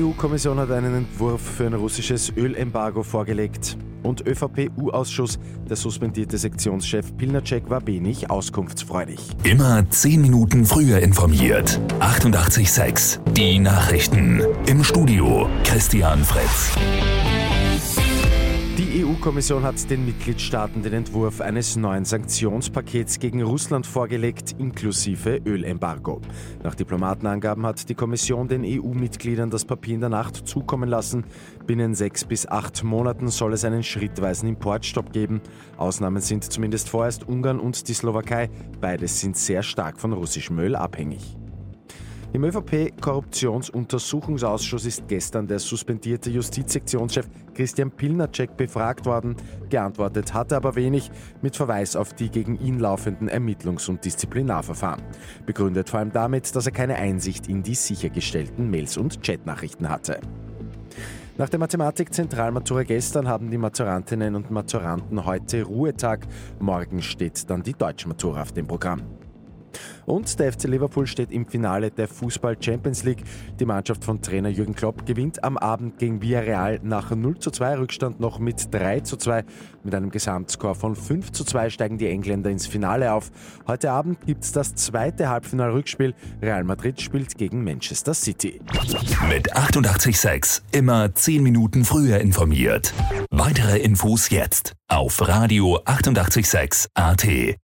EU-Kommission hat einen Entwurf für ein russisches Ölembargo vorgelegt. Und ÖVP-U-Ausschuss, der suspendierte Sektionschef Pilnacek war wenig auskunftsfreudig. Immer 10 Minuten früher informiert. 88,6. Die Nachrichten. Im Studio Christian Fritz. Die EU-Kommission hat den Mitgliedstaaten den Entwurf eines neuen Sanktionspakets gegen Russland vorgelegt, inklusive Ölembargo. Nach Diplomatenangaben hat die Kommission den EU-Mitgliedern das Papier in der Nacht zukommen lassen. Binnen 6 bis 8 Monaten soll es einen schrittweisen Importstopp geben. Ausnahmen sind zumindest vorerst Ungarn und die Slowakei. Beides sind sehr stark von russischem Öl abhängig. Im ÖVP-Korruptionsuntersuchungsausschuss ist gestern der suspendierte Justizsektionschef Christian Pilnacek befragt worden. Geantwortet hat er aber wenig, mit Verweis auf die gegen ihn laufenden Ermittlungs- und Disziplinarverfahren. Begründet vor allem damit, dass er keine Einsicht in die sichergestellten Mails und Chatnachrichten hatte. Nach der Mathematik-Zentralmatura gestern haben die Maturantinnen und Maturanten heute Ruhetag. Morgen steht dann die Deutschmatura auf dem Programm. Und der FC Liverpool steht im Finale der Fußball-Champions League. Die Mannschaft von Trainer Jürgen Klopp gewinnt am Abend gegen Villarreal nach 0:2 Rückstand noch mit 3:2. Mit einem Gesamtscore von 5:2 steigen die Engländer ins Finale auf. Heute Abend gibt es das zweite Halbfinal-Rückspiel. Real Madrid spielt gegen Manchester City. Mit 88,6 immer 10 Minuten früher informiert. Weitere Infos jetzt auf Radio 88,6 AT.